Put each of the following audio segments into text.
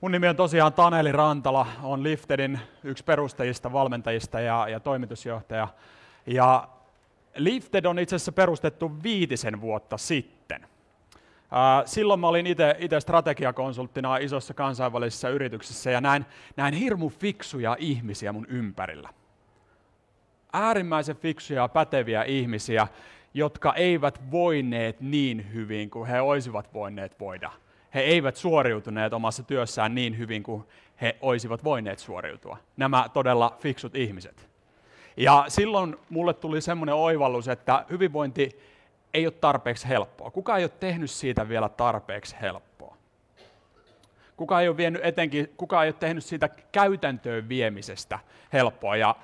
Mun nimi on tosiaan Taneli Rantala, on Liftedin yksi perustajista, valmentajista ja toimitusjohtaja. Ja Lifted on itse asiassa perustettu 5 vuotta sitten. Silloin mä olin itse strategiakonsulttina isossa kansainvälisessä yrityksessä ja näin hirmu fiksuja ihmisiä mun ympärillä. Äärimmäisen fiksuja ja päteviä ihmisiä, jotka eivät voineet niin hyvin kuin he olisivat voineet voida. He eivät suoriutuneet omassa työssään niin hyvin kuin he olisivat voineet suoriutua. Nämä todella fiksut ihmiset. Ja silloin mulle tuli semmoinen oivallus, että hyvinvointi ei ole tarpeeksi helppoa. Kuka ei ole tehnyt siitä vielä tarpeeksi helppoa? Kuka ei ole tehnyt siitä käytäntöön viemisestä helppoa? Ja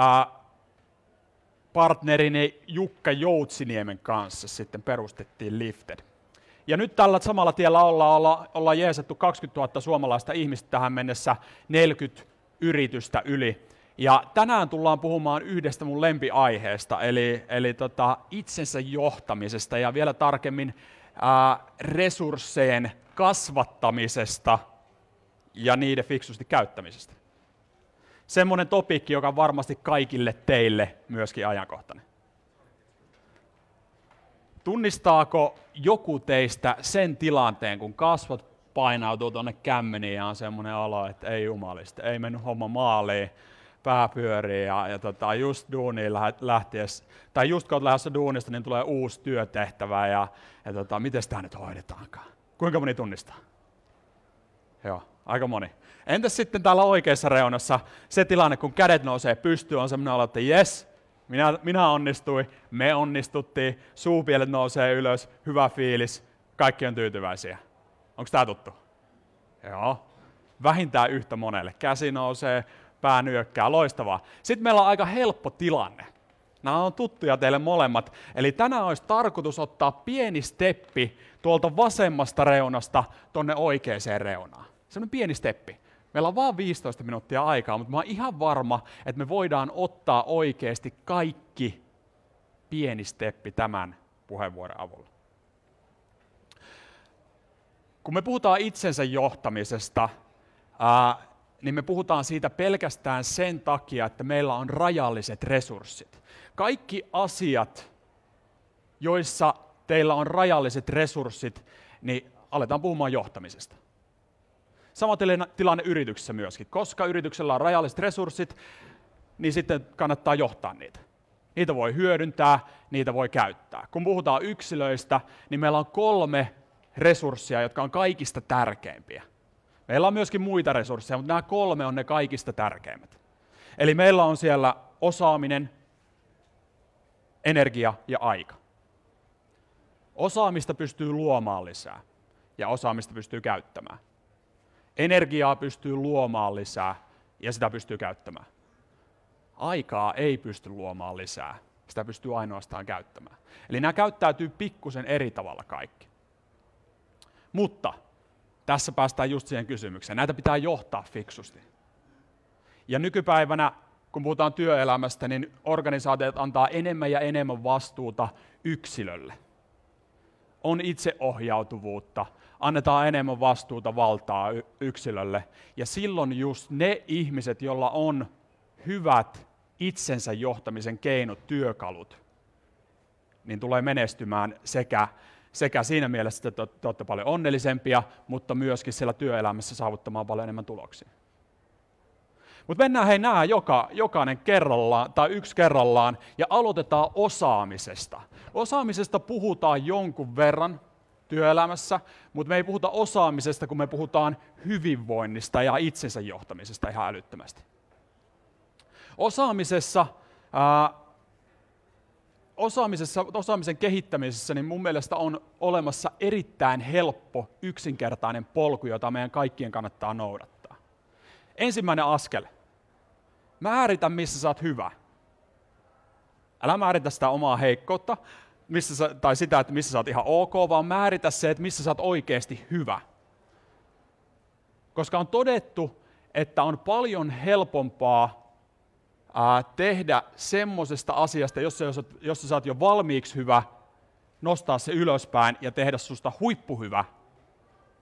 partnerini Jukka Joutsiniemen kanssa sitten perustettiin Lifted. Ja nyt tällä samalla tiellä ollaan jeesattu 20 000 suomalaista ihmistä tähän mennessä, 40 yritystä yli. Ja tänään tullaan puhumaan yhdestä mun lempiaiheesta, eli itsensä johtamisesta ja vielä tarkemmin resurssien kasvattamisesta ja niiden fiksusti käyttämisestä. Semmoinen topikki, joka on varmasti kaikille teille myöskin ajankohtainen. Tunnistaako joku teistä sen tilanteen, kun kasvot painautuu tuonne kämmeniin ja on semmoinen olo, että ei jumalista, ei mennyt homma maaliin, pää pyörii ja just duuniin lähtiessä, tai just kun olet lähdössä duunista, niin tulee uusi työtehtävä ja miten tämä nyt hoidetaankaan? Kuinka moni tunnistaa? Joo, aika moni. Entäs sitten täällä oikeassa reunassa se tilanne, kun kädet nousee pystyyn, on semmoinen olo, että jes, minä onnistuin, me onnistuttiin, suupielet nousee ylös, hyvä fiilis, kaikki on tyytyväisiä. Onko tämä tuttu? Joo. Vähintään yhtä monelle. Käsi nousee, pää nyökkää, loistavaa. Sitten meillä on aika helppo tilanne. Nämä on tuttuja teille molemmat. Eli tänään olisi tarkoitus ottaa pieni steppi tuolta vasemmasta reunasta tuonne oikeaan reunaan. Sellainen pieni steppi. Meillä on vaan 15 minuuttia aikaa, mutta mä oon ihan varma, että me voidaan ottaa oikeasti kaikki pieni steppi tämän puheenvuoron avulla. Kun me puhutaan itsensä johtamisesta, niin me puhutaan siitä pelkästään sen takia, että meillä on rajalliset resurssit. Kaikki asiat, joissa teillä on rajalliset resurssit, niin aletaan puhumaan johtamisesta. Sama tilanne yrityksessä myöskin. Koska yrityksellä on rajalliset resurssit, niin sitten kannattaa johtaa niitä. Niitä voi hyödyntää, niitä voi käyttää. Kun puhutaan yksilöistä, niin meillä on 3 resurssia, jotka on kaikista tärkeimpiä. Meillä on myöskin muita resursseja, mutta nämä 3 on ne kaikista tärkeimmät. Eli meillä on siellä osaaminen, energia ja aika. Osaamista pystyy luomaan lisää ja osaamista pystyy käyttämään. Energiaa pystyy luomaan lisää ja sitä pystyy käyttämään. Aikaa ei pysty luomaan lisää, sitä pystyy ainoastaan käyttämään. Eli nämä käyttäytyy pikkusen eri tavalla kaikki. Mutta tässä päästään just siihen kysymykseen. Näitä pitää johtaa fiksusti. Ja nykypäivänä, kun puhutaan työelämästä, niin organisaatiot antaa enemmän ja enemmän vastuuta yksilölle. On itseohjautuvuutta, annetaan enemmän vastuuta, valtaa yksilölle. Ja silloin just ne ihmiset, joilla on hyvät itsensä johtamisen keinot, työkalut, niin tulee menestymään sekä siinä mielessä, että te olette paljon onnellisempia, mutta myöskin siellä työelämässä saavuttamaan paljon enemmän tuloksia. Mutta mennään nämä jokainen kerrallaan tai yksi kerrallaan ja aloitetaan osaamisesta. Osaamisesta puhutaan jonkun verran työelämässä, mutta me ei puhuta osaamisesta, kun me puhutaan hyvinvoinnista ja itsensä johtamisesta ihan älyttömästi. Osaamisen kehittämisessä niin mun mielestä on olemassa erittäin helppo, yksinkertainen polku, jota meidän kaikkien kannattaa noudattaa. Ensimmäinen askel. Määritä, missä sä oot hyvä. Älä määritä sitä omaa heikkoutta tai sitä, että missä sä oot ihan ok, vaan määritä se, että missä sä oot oikeasti hyvä. Koska on todettu, että on paljon helpompaa tehdä semmoisesta asiasta, jossa sä oot jo valmiiksi hyvä, nostaa se ylöspäin ja tehdä susta huippuhyvä,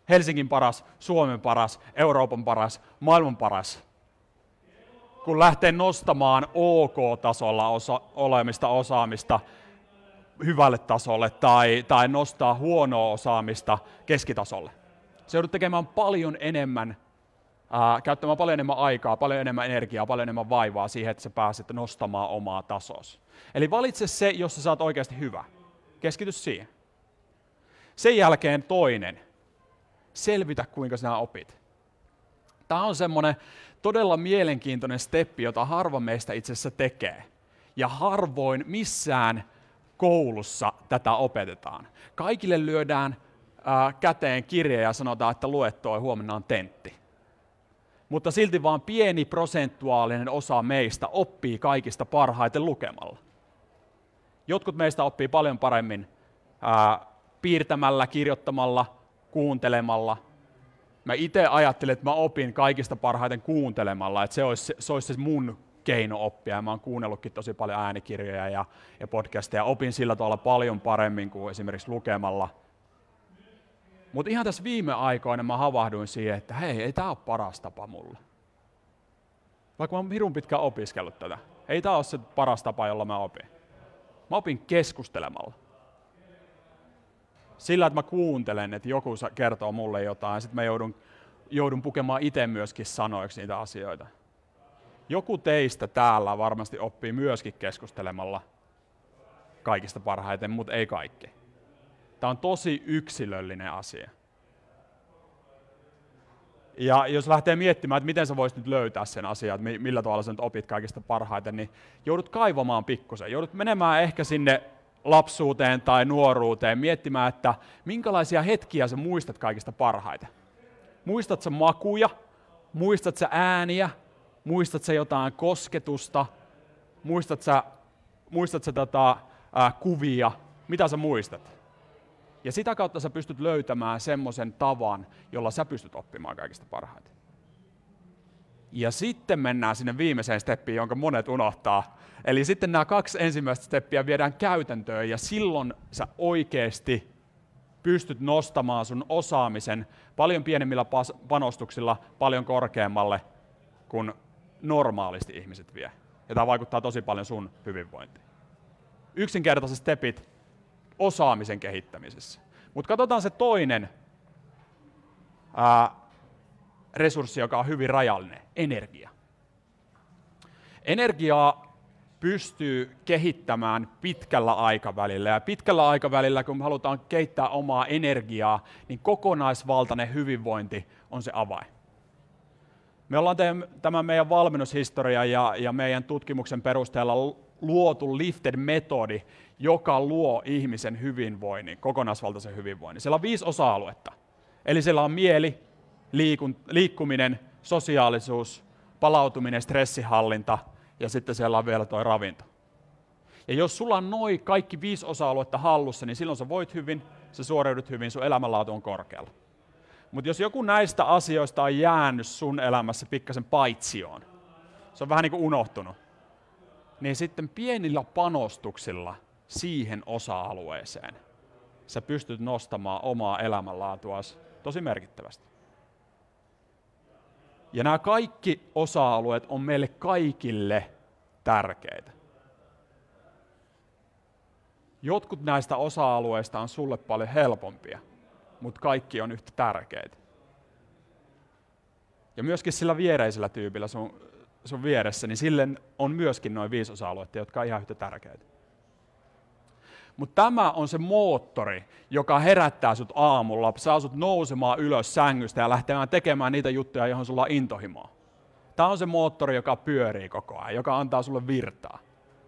Helsingin paras, Suomen paras, Euroopan paras, maailman paras. Kun lähtee nostamaan OK-tasolla olemista osaamista hyvälle tasolle tai nostaa huonoa osaamista keskitasolle. Se joudut tekemään paljon enemmän, käyttämään paljon enemmän aikaa, paljon enemmän energiaa, paljon enemmän vaivaa siihen, että sä pääset nostamaan omaa tasoasi. Eli valitse se, jossa sä oot oikeasti hyvä. Keskity siihen. Sen jälkeen toinen. Selvitä, kuinka sinä opit. Tämä on semmoinen todella mielenkiintoinen steppi, jota harva meistä itse asiassa tekee. Ja harvoin missään koulussa tätä opetetaan. Kaikille lyödään käteen kirja ja sanotaan, että lue toi, huomenna on tentti. Mutta silti vaan pieni prosentuaalinen osa meistä oppii kaikista parhaiten lukemalla. Jotkut meistä oppii paljon paremmin piirtämällä, kirjoittamalla, kuuntelemalla. Mä itse ajattelen, että mä opin kaikista parhaiten kuuntelemalla, että se olisi se mun keino oppia. Mä oon kuunnellutkin tosi paljon äänikirjoja ja podcasteja. Opin sillä tavalla paljon paremmin kuin esimerkiksi lukemalla. Mutta ihan tässä viime aikoina mä havahduin siihen, että hei, ei tää ole paras tapa mulle. Vaikka mä oon hirun pitkään opiskellut tätä. Ei tää ole se paras tapa, jolla mä opin. Mä opin keskustelemalla. Sillä, että mä kuuntelen, että joku kertoo mulle jotain, ja sitten mä joudun pukemaan itse myöskin sanoiksi niitä asioita. Joku teistä täällä varmasti oppii myöskin keskustelemalla kaikista parhaiten, mutta ei kaikki. Tämä on tosi yksilöllinen asia. Ja jos lähtee miettimään, että miten sä voisit nyt löytää sen asian, että millä tavalla sä nyt opit kaikista parhaiten, niin joudut kaivamaan pikkusen. Joudut menemään ehkä sinne lapsuuteen tai nuoruuteen, miettimään, että minkälaisia hetkiä sä muistat kaikista parhaiten. Muistat sä makuja, muistat sä ääniä, muistat sä jotain kosketusta, muistat sä kuvia, mitä sä muistat. Ja sitä kautta sä pystyt löytämään semmoisen tavan, jolla sä pystyt oppimaan kaikista parhaiten. Ja sitten mennään sinne viimeiseen steppiin, jonka monet unohtaa. Eli sitten nämä 2 ensimmäistä steppiä viedään käytäntöön, ja silloin sä oikeasti pystyt nostamaan sun osaamisen paljon pienemmillä panostuksilla paljon korkeammalle kuin normaalisti ihmiset vie. Ja tämä vaikuttaa tosi paljon sun hyvinvointiin. Yksinkertaiset stepit osaamisen kehittämisessä. Mutta katsotaan se toinen resurssi, joka on hyvin rajallinen, energia. Energiaa pystyy kehittämään pitkällä aikavälillä, ja pitkällä aikavälillä, kun me halutaan kehittää omaa energiaa, niin kokonaisvaltainen hyvinvointi on se avain. Me ollaan tämän meidän valmennushistoria ja meidän tutkimuksen perusteella luotu Lifted-metodi, joka luo ihmisen hyvinvoinnin, kokonaisvaltaisen hyvinvoinnin. Siellä on 5 osa-aluetta. Eli siellä on mieli, liikkuminen, sosiaalisuus, palautuminen, stressinhallinta ja sitten siellä on vielä tuo ravinto. Ja jos sulla on noin kaikki 5 osa-aluetta hallussa, niin silloin sä voit hyvin, sä suoriudut hyvin, sun elämänlaatu on korkealla. Mutta jos joku näistä asioista on jäänyt sun elämässä pikkasen paitsioon, se on vähän niin kuin unohtunut, niin sitten pienillä panostuksilla siihen osa-alueeseen sä pystyt nostamaan omaa elämänlaatuasi tosi merkittävästi. Ja nämä kaikki osa-alueet on meille kaikille tärkeitä. Jotkut näistä osa-alueista on sulle paljon helpompia, mutta kaikki on yhtä tärkeitä. Ja myöskin sillä viereisellä tyypillä sun vieressä, niin sille on myöskin noin 5 osa-aluetta, jotka on ihan yhtä tärkeitä. Mutta tämä on se moottori, joka herättää sut aamulla, saa sut nousemaan ylös sängystä ja lähtemään tekemään niitä juttuja, johon sulla on intohimoa. Tämä on se moottori, joka pyörii koko ajan, joka antaa sulle virtaa.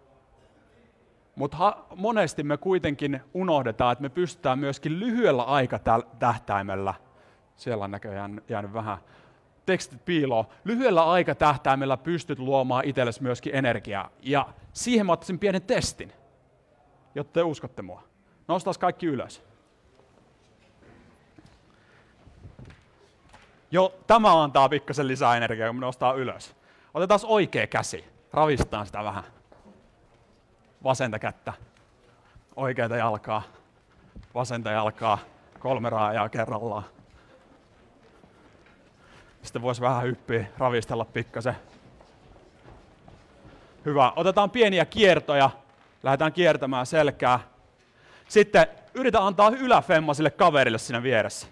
Mutta monesti me kuitenkin unohdetaan, että me pystytään myöskin lyhyellä aikatähtäimellä, siellä on näköjään jäänyt vähän tekstit piiloon, lyhyellä aikatähtäimellä pystyt luomaan itsellesi myöskin energiaa. Ja siihen mä ottaisin pienen testin, jotta te uskotte mua. Nostaisi kaikki ylös. Jo, tämä antaa pikkasen lisää energiaa, kun me nostaa ylös. Otetaan oikea käsi, ravistaan sitä vähän. Vasenta kättä, oikeata jalkaa, vasenta jalkaa, 3 raajaa kerrallaan. Sitten voisi vähän hyppiä, ravistella pikkasen. Hyvä. Otetaan pieniä kiertoja. Lähdetään kiertämään selkää. Sitten yritä antaa yläfemma sille kaverille siinä vieressä.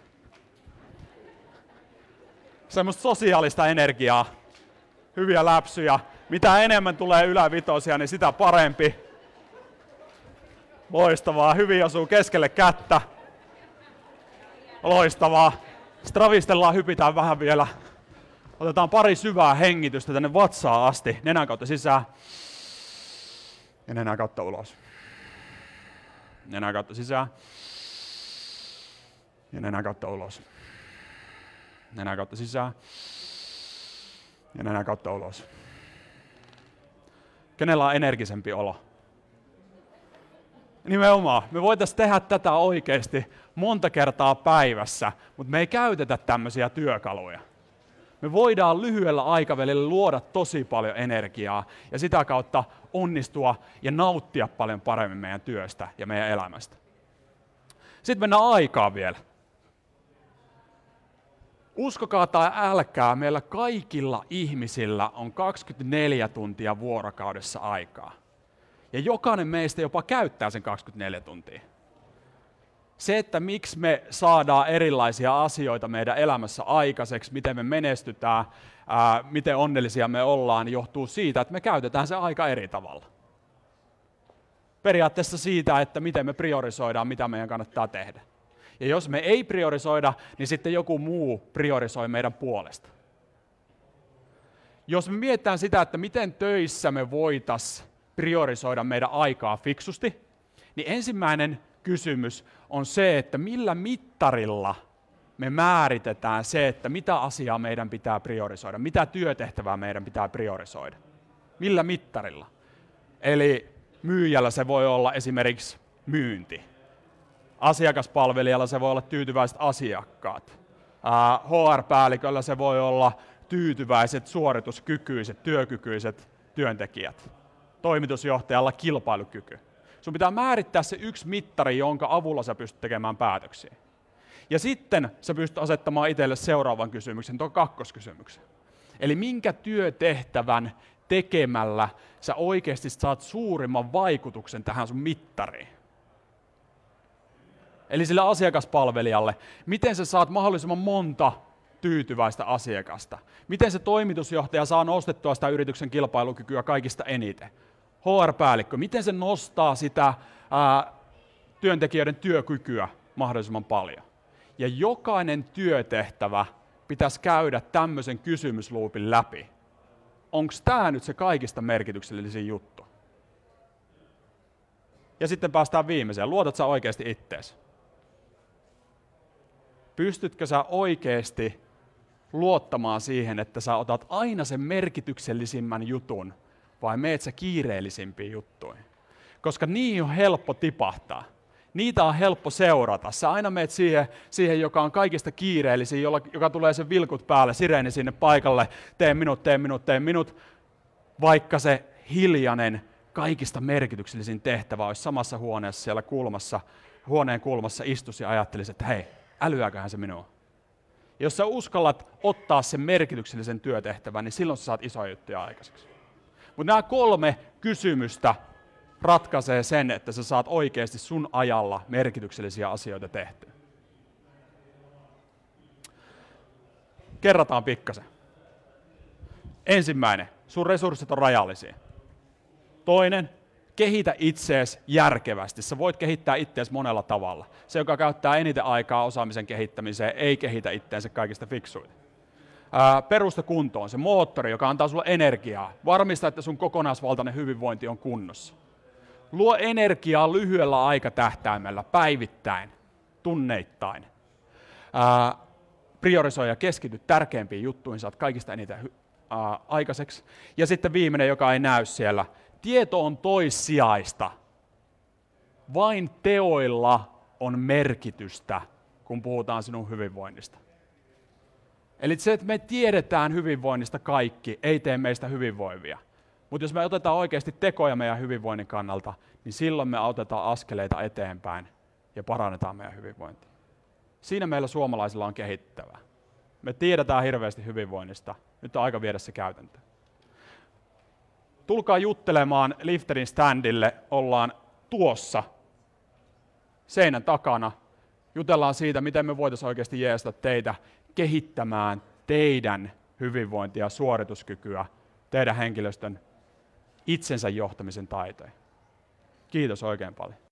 Semmoista sosiaalista energiaa. Hyviä läpsyjä. Mitä enemmän tulee ylävitosia, niin sitä parempi. Loistavaa. Hyvin osuu keskelle kättä. Loistavaa. Sitten ravistellaan, hypitään vähän vielä. Otetaan pari syvää hengitystä tänne vatsaan asti. Nenän kautta sisään. Ja nenän kautta ulos. Nenän kautta sisään. Ja nenän kautta ulos. Nenän kautta sisään. Ja nenän kautta ulos. Kenellä on energisempi olo? Nimenomaan. Me voitaisiin tehdä tätä oikeasti monta kertaa päivässä, mutta me ei käytetä tämmöisiä työkaluja. Me voidaan lyhyellä aikavälillä luoda tosi paljon energiaa ja sitä kautta onnistua ja nauttia paljon paremmin meidän työstä ja meidän elämästä. Sitten mennään aikaan vielä. Uskokaa tai älkää, meillä kaikilla ihmisillä on 24 tuntia vuorokaudessa aikaa. Ja jokainen meistä jopa käyttää sen 24 tuntia. Se, että miksi me saadaan erilaisia asioita meidän elämässä aikaiseksi, miten me menestytään, miten onnellisia me ollaan, johtuu siitä, että me käytetään se aika eri tavalla. Periaatteessa siitä, että miten me priorisoidaan, mitä meidän kannattaa tehdä. Ja jos me ei priorisoida, niin sitten joku muu priorisoi meidän puolesta. Jos me mietitään sitä, että miten töissä me voitaisiin priorisoida meidän aikaa fiksusti, niin ensimmäinen kysymys on se, että millä mittarilla me määritetään se, että mitä asiaa meidän pitää priorisoida, mitä työtehtävää meidän pitää priorisoida. Millä mittarilla? Eli myyjällä se voi olla esimerkiksi myynti. Asiakaspalvelijalla se voi olla tyytyväiset asiakkaat. HR-päälliköllä se voi olla tyytyväiset, suorituskykyiset, työkykyiset työntekijät. Toimitusjohtajalla kilpailukyky. Sun pitää määrittää se yksi mittari, jonka avulla sä pystyt tekemään päätöksiä. Ja sitten sä pystyt asettamaan itselle seuraavan kysymyksen, tuon kakkoskysymyksen. Eli minkä työtehtävän tekemällä sä oikeasti saat suurimman vaikutuksen tähän sun mittariin? Eli sille asiakaspalvelijalle, miten sä saat mahdollisimman monta tyytyväistä asiakasta? Miten se toimitusjohtaja saa nostettua sitä yrityksen kilpailukykyä kaikista eniten? HR-päällikkö, miten se nostaa sitä työntekijöiden työkykyä mahdollisimman paljon? Ja jokainen työtehtävä pitäisi käydä tämmöisen kysymysluupin läpi. Onko tämä nyt se kaikista merkityksellisin juttu? Ja sitten päästään viimeiseen. Luotat sä oikeasti itteesi? Pystytkö sä oikeasti luottamaan siihen, että sä otat aina sen merkityksellisimmän jutun, vai meet sä kiireellisimpiin juttuihin? Koska niihin on helppo tipahtaa. Niitä on helppo seurata. Sä aina meet siihen joka on kaikista kiireellisin, joka tulee sen vilkut päälle, sireeni sinne paikalle, tee minut, vaikka se hiljainen, kaikista merkityksellisin tehtävä olisi samassa huoneessa siellä huoneen kulmassa istuisi ja ajattelisi, että hei, älyääköhän se minua. Jos sä uskallat ottaa sen merkityksellisen työtehtävän, niin silloin sä saat isoja juttuja aikaiseksi. Mutta nämä 3 kysymystä ratkaisee sen, että sä saat oikeasti sun ajalla merkityksellisiä asioita tehtyä. Kerrataan pikkasen. Ensimmäinen, sun resurssit on rajallisia. Toinen, kehitä itseesi järkevästi. Sä voit kehittää itseesi monella tavalla. Se, joka käyttää eniten aikaa osaamisen kehittämiseen, ei kehitä itseensä kaikista fiksuita. Perusta kuntoon, se moottori, joka antaa sulle energiaa. Varmista, että sun kokonaisvaltainen hyvinvointi on kunnossa. Luo energiaa lyhyellä aikatähtäimellä, päivittäin, tunneittain. Priorisoi ja keskity tärkeimpiin juttuihin, saat kaikista eniten aikaiseksi. Ja sitten viimeinen, joka ei näy siellä. Tieto on toissijaista. Vain teoilla on merkitystä, kun puhutaan sinun hyvinvoinnista. Eli se, että me tiedetään hyvinvoinnista kaikki, ei tee meistä hyvinvoivia. Mutta jos me otetaan oikeasti tekoja meidän hyvinvoinnin kannalta, niin silloin me otetaan askeleita eteenpäin ja parannetaan meidän hyvinvointia. Siinä meillä suomalaisilla on kehittävää. Me tiedetään hirveästi hyvinvoinnista. Nyt on aika viedä se käytäntöön. Tulkaa juttelemaan Lifterin standille. Ollaan tuossa seinän takana. Jutellaan siitä, miten me voitaisiin oikeasti jeesata teitä kehittämään teidän hyvinvointia ja suorituskykyä, teidän henkilöstön itsensä johtamisen taitoja. Kiitos oikein paljon.